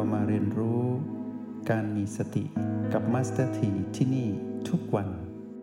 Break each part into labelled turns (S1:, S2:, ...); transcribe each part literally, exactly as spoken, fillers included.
S1: มาเรียนรู้การมีสติกับมาสเตอร์ทีที่นี่ทุกวัน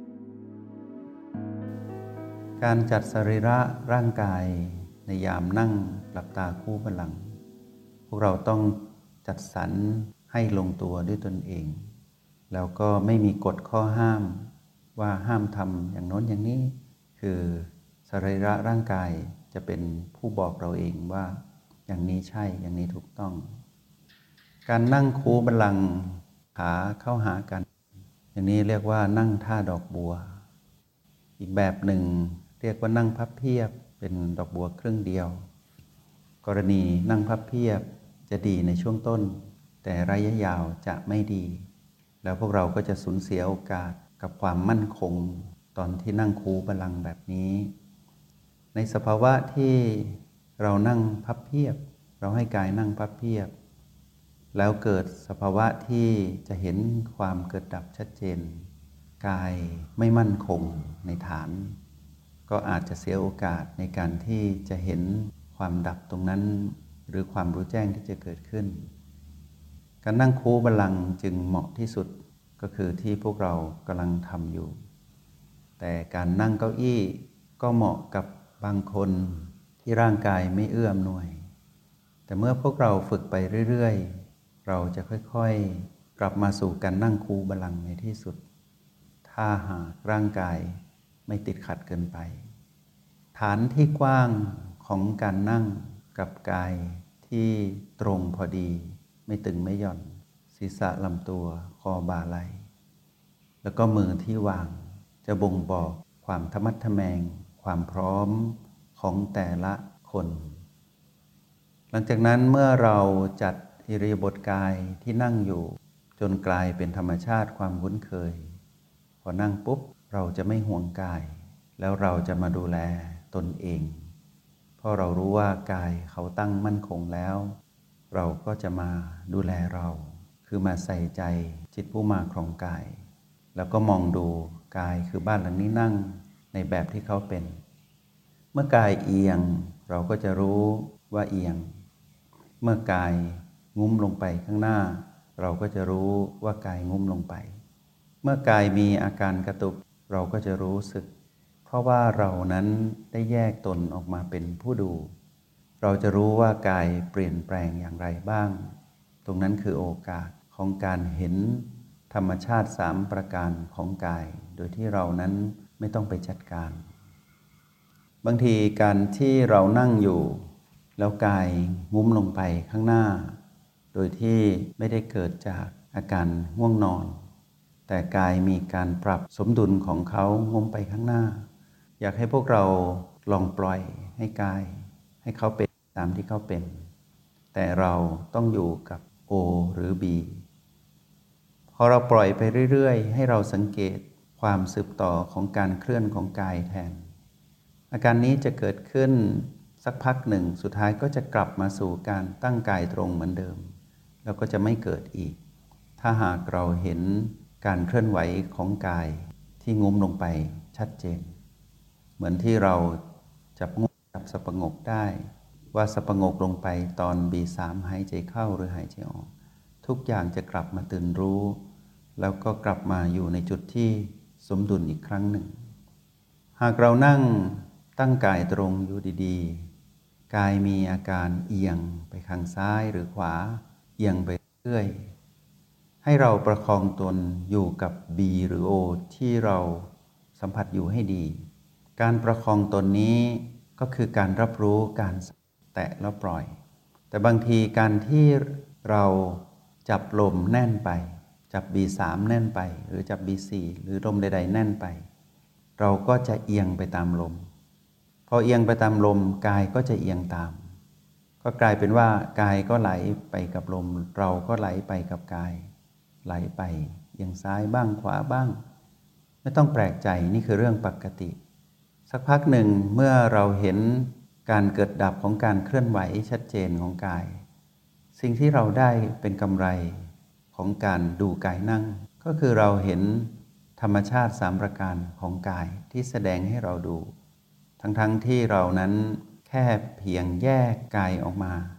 S1: การจัดสรีระร่างกายในยามนั่งหลับตาคู่บัลลังก์พวกเราต้องจัดสรรให้ลงตัวด้วยตนเองแล้วก็ไม่มีกฎข้อห้ามว่าห้ามทำอย่างโน้นอย่างนี้คือสรีระร่างกายจะเป็นผู้บอกเราเองว่าอย่างนี้ใช่อย่างนี้ถูกต้องการนั่งคูบัลลังก์ขาเข้าหากันอย่างนี้เรียกว่านั่งท่าดอกบัวอีกแบบหนึ่งเรียกว่านั่งพับเพียบเป็นดอกบัวครึ่งเดียวกรณีนั่งพับเพียบจะดีในช่วงต้นแต่ระยะยาวจะไม่ดีแล้วพวกเราก็จะสูญเสียโอกาสกับความมั่นคงตอนที่นั่งคูบัลลังก์แบบนี้ในสภาวะที่เรานั่งพับเพียบเราให้กายนั่งพับเพียบแล้วเกิดสภาวะที่จะเห็นความเกิดดับชัดเจนกายไม่มั่นคงในฐานก็อาจจะเสียโอกาสในการที่จะเห็นความดับตรงนั้นหรือความรู้แจ้งที่จะเกิดขึ้นการนั่งคูบัลลังก์จึงเหมาะที่สุดก็คือที่พวกเรากำลังทำอยู่แต่การนั่งเก้าอี้ก็เหมาะกับบางคนที่ร่างกายไม่เอื้ออำนวยแต่เมื่อพวกเราฝึกไปเรื่อยๆเราจะค่อยๆกลับมาสู่การนั่งคูบัลลังก์ในที่สุดถ้าหากร่างกายไม่ติดขัดเกินไปฐานที่กว้างของการนั่งกับกายที่ตรงพอดีไม่ตึงไม่หย่อนศีรษะลำตัวคอบ่าไหล่แล้วก็มือที่วางจะบ่งบอกความธรรมัดทะแมงความพร้อมของแต่ละคนหลังจากนั้นเมื่อเราจัดอิริยาบถกายที่นั่งอยู่จนกลายเป็นธรรมชาติความคุ้นเคยพอนั่งปุ๊บเราจะไม่ห่วงกายแล้วเราจะมาดูแลตนเองเพราะเรารู้ว่ากายเขาตั้งมั่นคงแล้วเราก็จะมาดูแลเราคือมาใส่ใจจิตผู้มาครองกายแล้วก็มองดูกายคือบ้านหลังนี้นั่งในแบบที่เขาเป็นเมื่อกายเอียงเราก็จะรู้ว่าเอียงเมื่อกายงุ้มลงไปข้างหน้าเราก็จะรู้ว่ากายงุ้มลงไปเมื่อกายมีอาการกระตุกเราก็จะรู้สึกเพราะว่าเรานั้นได้แยกตนออกมาเป็นผู้ดูเราจะรู้ว่ากายเปลี่ยนแปลงอย่างไรบ้างตรงนั้นคือโอกาสของการเห็นธรรมชาติสามประการของกายโดยที่เรานั้นไม่ต้องไปจัดการบางทีการที่เรานั่งอยู่แล้วกายงุ้มลงไปข้างหน้าโดยที่ไม่ได้เกิดจากอาการง่วงนอนแต่กายมีการปรับสมดุลของเขางุ้มไปข้างหน้าอยากให้พวกเราลองปล่อยให้กายให้เขาเป็นตามที่เขาเป็นแต่เราต้องอยู่กับ O หรือ B พอเราปล่อยไปเรื่อยๆให้เราสังเกตความสืบต่อของการเคลื่อนของกายแทนอาการนี้จะเกิดขึ้นสักพักหนึ่งสุดท้ายก็จะกลับมาสู่การตั้งกายตรงเหมือนเดิมแล้วก็จะไม่เกิดอีกถ้าหากเราเห็นการเคลื่อนไหวของกายที่งุ้มลงไปชัดเจนเหมือนที่เราจับงูจับสับปะงกได้ว่าสับปะงกลงไปตอน บี สาม หายใจเข้าหรือหายใจออกทุกอย่างจะกลับมาตื่นรู้แล้วก็กลับมาอยู่ในจุดที่สมดุลอีกครั้งหนึ่งหากเรานั่งตั้งกายตรงอยู่ดีๆกายมีอาการเอียงไปข้างซ้ายหรือขวาเอียงไปเรื่อยให้เราประคองตนอยู่กับ B หรือ O ที่เราสัมผัสอยู่ให้ดีการประคองตนนี้ก็คือการรับรู้การแตะแล้วปล่อยแต่บางทีการที่เราจับลมแน่นไปจับ บี สาม แน่นไปหรือจับ บี สี่ หรือลมใดๆแน่นไปเราก็จะเอียงไปตามลมพอเอียงไปตามลมกายก็จะเอียงตามก็กลายเป็นว่ากายก็ไหลไปกับลมเราก็ไหลไปกับกายไหลไปเอียงซ้ายบ้างขวาบ้างไม่ต้องแปลกใจนี่คือเรื่องปกติสักพักหนึ่งเมื่อเราเห็นการเกิดดับของการเคลื่อนไหวชัดเจนของกายสิ่งที่เราได้เป็นกำไรของการดูกายนั่งก็คือเราเห็นธรรมชาติสามประการของกายที่แสดงให้เราดูทั้งๆ ท, ที่เรานั้นแค่เพียงแยกกายออกมา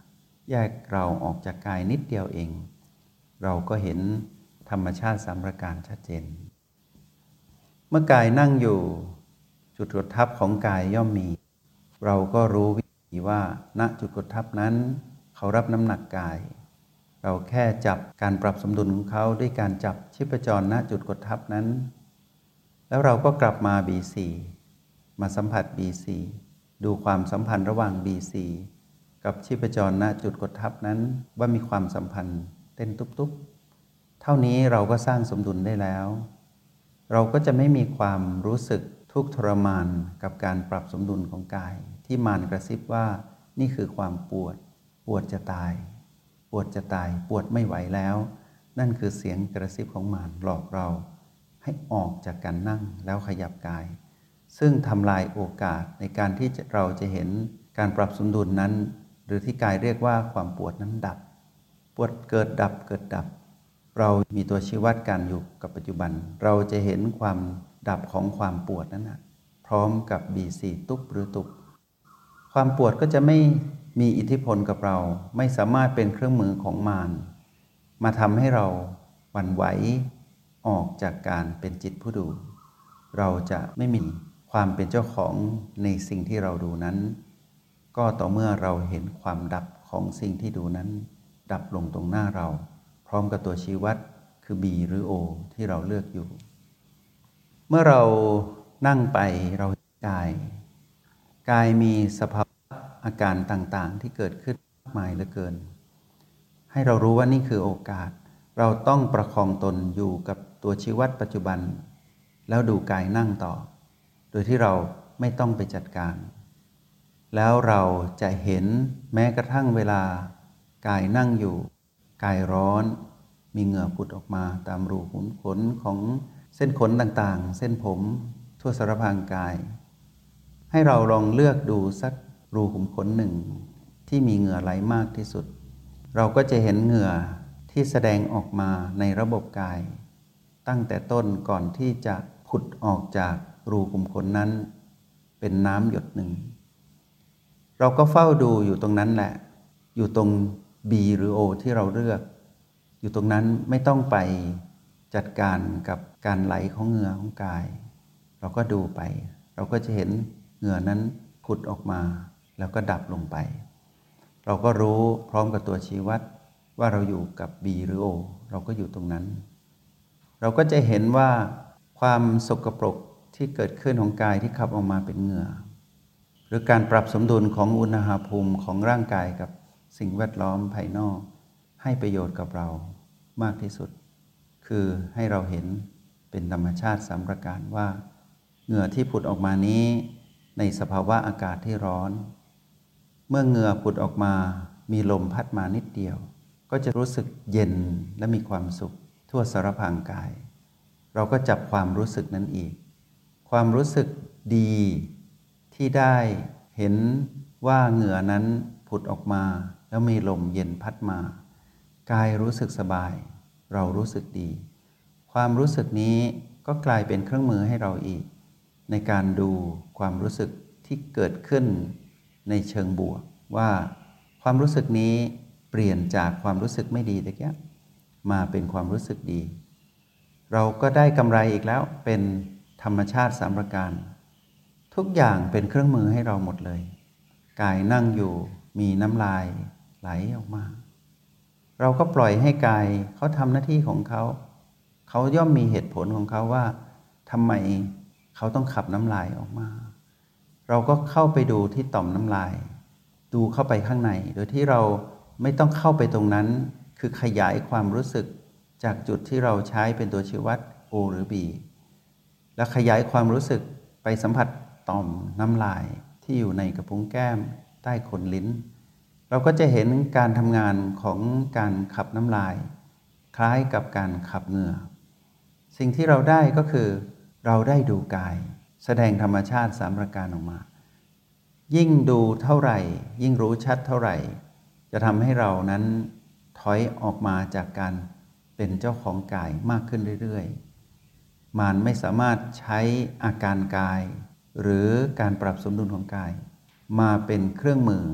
S1: แยกเราออกจากกายนิดเดียวเอง เราก็เห็นธรรมชาติสามประการชัดเจนเมื่อกายนั่งอยู่จุดกดทับของกายย่อมมีเราก็รู้วิธีว่าณจุดกดทับนั้นเขารับน้ำหนักกายเราแค่จับการปรับสมดุลของเขาด้วยการจับชีพจรณจุดกดทับนั้นแล้วเราก็กลับมา บี โฟร์ มาสัมผัส บี โฟร์ ดูความสัมพันธ์ระหว่าง บี โฟร์ กับชีพจรณจุดกดทับนั้นว่ามีความสัมพันธ์เต้นตุ๊บๆเท่านี้เราก็สร้างสมดุลได้แล้วเราก็จะไม่มีความรู้สึกทุกข์ทรมานกับการปรับสมดุลของกายที่มารกระซิบว่านี่คือความปวดปวดจะตายปวดจะตายปวดไม่ไหวแล้วนั่นคือเสียงกระซิบของมารหลอกเราให้ออกจากการนั่งแล้วขยับกายซึ่งทำลายโอกาสในการที่เราจะเห็นการปรับสมดุลนั้นหรือที่กายเรียกว่าความปวดนั้นดับปวดเกิดดับเกิดดับเรามีตัวชี้วัดการอยู่กับปัจจุบันเราจะเห็นความดับของความปวดนั้นนะพร้อมกับ บี โฟร์ ตุ๊บหรือตุบความปวดก็จะไม่มีอิทธิพลกับเราไม่สามารถเป็นเครื่องมือของมารมาทำให้เราหวั่นไหวออกจากการเป็นจิตผู้ดูเราจะไม่มีความเป็นเจ้าของในสิ่งที่เราดูนั้นก็ต่อเมื่อเราเห็นความดับของสิ่งที่ดูนั้นดับลงตรงหน้าเราพร้อมกับตัวชี้วัดคือ B หรือ O ที่เราเลือกอยู่เมื่อเรานั่งไปเราเห็นกายกายมีสภาวะอาการต่างๆที่เกิดขึ้นมากมายเหลือเกินให้เรารู้ว่านี่คือโอกาสเราต้องประคองตนอยู่กับตัวชี้วัดปัจจุบันแล้วดูกายนั่งต่อโดยที่เราไม่ต้องไปจัดการแล้วเราจะเห็นแม้กระทั่งเวลากายนั่งอยู่กายร้อนมีเหงื่อผุดออกมาตามรูขุมขนของเส้นขนต่างๆเส้นผมทั่วสารพางกายให้เราลองเลือกดูสักรูขุมขนหนึ่งที่มีเหงื่อไหลมากที่สุดเราก็จะเห็นเหงื่อที่แสดงออกมาในระบบกายตั้งแต่ต้นก่อนที่จะผุดออกจากรูขุมขนนั้นเป็นน้ำหยดหนึ่งเราก็เฝ้าดูอยู่ตรงนั้นแหละอยู่ตรง B หรือ O ที่เราเลือกอยู่ตรงนั้นไม่ต้องไปจัดการกับการไหลของเหงื่อของกายเราก็ดูไปเราก็จะเห็นเหงื่อนั้นผุดออกมาแล้วก็ดับลงไปเราก็รู้พร้อมกับตัวชี้วัดว่าเราอยู่กับ B หรือ O เราก็อยู่ตรงนั้นเราก็จะเห็นว่าความสกปรกที่เกิดขึ้นของกายที่ขับออกมาเป็นเหงื่อหรือการปรับสมดุลของอุณหภูมิของร่างกายกับสิ่งแวดล้อมภายนอกให้ประโยชน์กับเรามากที่สุดคือให้เราเห็นเป็นธรรมชาติสามประการว่าเหงื่อที่ผุดออกมานี้ในสภาวะอากาศที่ร้อนเมื่อเหงื่อผุดออกมามีลมพัดมานิดเดียวก็จะรู้สึกเย็นและมีความสุขทั่วสารพางกายเราก็จับความรู้สึกนั้นอีกความรู้สึกดีที่ได้เห็นว่าเหงื่อนั้นผุดออกมาแล้วมีลมเย็นพัดมากายรู้สึกสบายเรารู้สึกดีความรู้สึกนี้ก็กลายเป็นเครื่องมือให้เราอีกในการดูความรู้สึกที่เกิดขึ้นในเชิงบวกว่าความรู้สึกนี้เปลี่ยนจากความรู้สึกไม่ดีตะกี้มาเป็นความรู้สึกดีเราก็ได้กำไรอีกแล้วเป็นธรรมชาติสามประการทุกอย่างเป็นเครื่องมือให้เราหมดเลยกายนั่งอยู่มีน้ำลายไหลออกมาเราก็ปล่อยให้กายเขาทำหน้าที่ของเขาเขาย่อมมีเหตุผลของเขาว่าทำไมเขาต้องขับน้ำลายออกมาเราก็เข้าไปดูที่ต่อมน้ำลายดูเข้าไปข้างในโดยที่เราไม่ต้องเข้าไปตรงนั้นคือขยายความรู้สึกจากจุดที่เราใช้เป็นตัวชี้วัด O หรือ B แล้วขยายความรู้สึกไปสัมผัสต่อมน้ำลายที่อยู่ในกระพุ้งแก้มใต้ขนลิ้นเราก็จะเห็นการทำงานของการขับน้ำลายคล้ายกับการขับเหงื่อสิ่งที่เราได้ก็คือเราได้ดูกายแสดงธรรมชาติสามประการออกมายิ่งดูเท่าไหร่ยิ่งรู้ชัดเท่าไหร่จะทำให้เรานั้นถอยออกมาจากการเป็นเจ้าของกายมากขึ้นเรื่อยๆมารไม่สามารถใช้อาการกายหรือการปรับสมดุลของกายมาเป็นเครื่องมือใ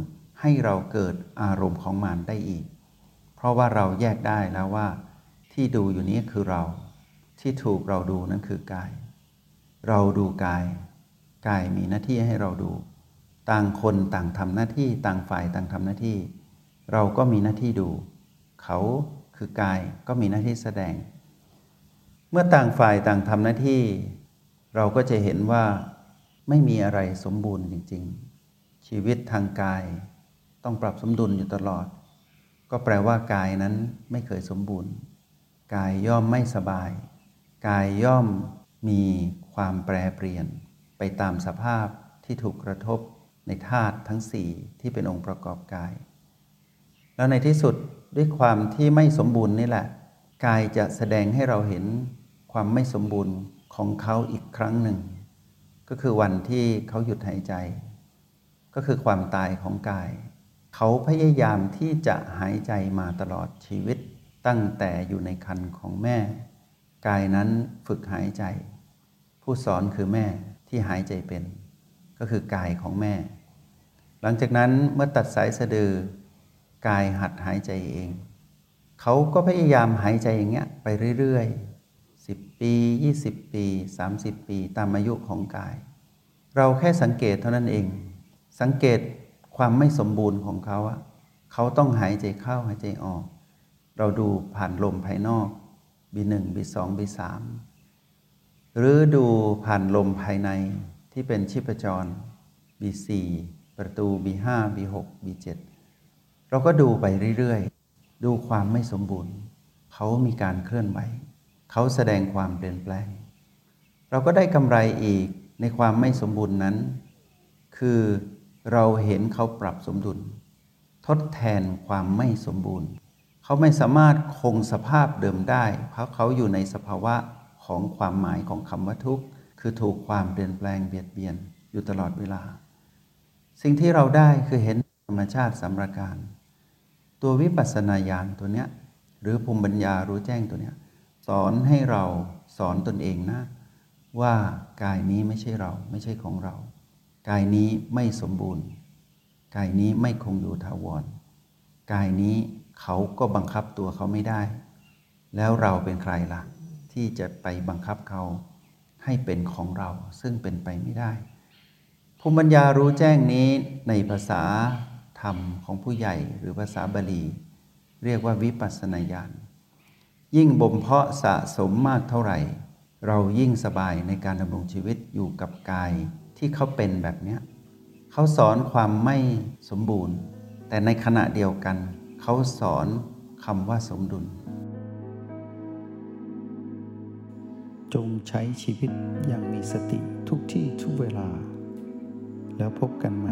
S1: ให้เราเกิดอารมณ์ของมารได้อีกเพราะว่าเราแยกได้แล้วว่าที่ดูอยู่นี้คือเราที่ถูกเราดูนั่นคือกายเราดูกายกายมีหน้าที่ให้เราดูต่างคนต่างทำหน้าที่ต่างฝ่ายต่างทำหน้าที่เราก็มีหน้าที่ดูเขาคือกายก็มีหน้าที่แสดงเมื่อต่างฝ่ายต่างทำหน้าที่เราก็จะเห็นว่าไม่มีอะไรสมบูรณ์จริงๆชีวิตทางกายต้องปรับสมดุลอยู่ตลอดก็แปลว่ากายนั้นไม่เคยสมบูรณ์กายย่อมไม่สบายกายย่อมมีความแปรเปลี่ยนไปตามสภาพที่ถูกกระทบในธาตุทั้งสี่ที่เป็นองค์ประกอบกายแล้วในที่สุดด้วยความที่ไม่สมบูรณ์นี่แหละกายจะแสดงให้เราเห็นความไม่สมบูรณ์ของเขาอีกครั้งหนึ่งก็คือวันที่เขาหยุดหายใจก็คือความตายของกายเขาพยายามที่จะหายใจมาตลอดชีวิตตั้งแต่อยู่ในครรภ์ของแม่กายนั้นฝึกหายใจผู้สอนคือแม่ที่หายใจเป็นก็คือกายของแม่หลังจากนั้นเมื่อตัดสายสะดือกายหัดหายใจเองเขาก็พยายามหายใจอย่างเงี้ยไปเรื่อยๆสิบปียี่สิบปีสามสิบปีตามอายุของกายเราแค่สังเกตเท่านั้นเองสังเกตความไม่สมบูรณ์ของเขาอะเขาต้องหายใจเข้าหายใจออกเราดูผ่านลมภายนอก บี หนึ่ง บี สอง บี สาม หรือดูผ่านลมภายในที่เป็นชีพจร บี สี่ ประตู บี ห้า บี หก บี เจ็ด เราก็ดูไปเรื่อยๆดูความไม่สมบูรณ์เขามีการเคลื่อนไหวเขาแสดงความเปลี่ยนแปลงเราก็ได้กำไรอีกในความไม่สมบูรณ์นั้นคือเราเห็นเขาปรับสมดุลทดแทนความไม่สมบูรณ์เขาไม่สามารถคงสภาพเดิมได้เพราะเขาอยู่ในสภาวะของความหมายของคำว่าทุกข์คือถูกความเปลี่ยนแปลงเบียดเบียนอยู่ตลอดเวลาสิ่งที่เราได้คือเห็นธรรมชาติสามประการตัววิปัสสนาญาณตัวเนี้ยหรือภูมิปัญญารู้แจ้งตัวเนี้ยสอนให้เราสอนตนเองนะว่ากายนี้ไม่ใช่เราไม่ใช่ของเรากายนี้ไม่สมบูรณ์กายนี้ไม่คงอยู่ถาวรกายนี้เขาก็บังคับตัวเขาไม่ได้แล้วเราเป็นใครล่ะที่จะไปบังคับเขาให้เป็นของเราซึ่งเป็นไปไม่ได้ภูมิปัญญารู้แจ้งนี้ในภาษาธรรมของผู้ใหญ่หรือภาษาบาลีเรียกว่าวิปัสสนาญาณยิ่งบ่มเพาะสะสมมากเท่าไหร่เรายิ่งสบายในการดำรงชีวิตอยู่กับกายที่เขาเป็นแบบนี้เขาสอนความไม่สมบูรณ์แต่ในขณะเดียวกันเขาสอนคำว่าสมดุล
S2: จงใช้ชีวิตอย่างมีสติทุกที่ทุกเวลาแล้วพบกันไหม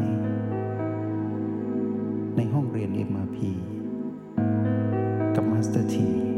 S2: ในห้องเรียน เอ็ม อาร์ พี กับมาสเตอร์ที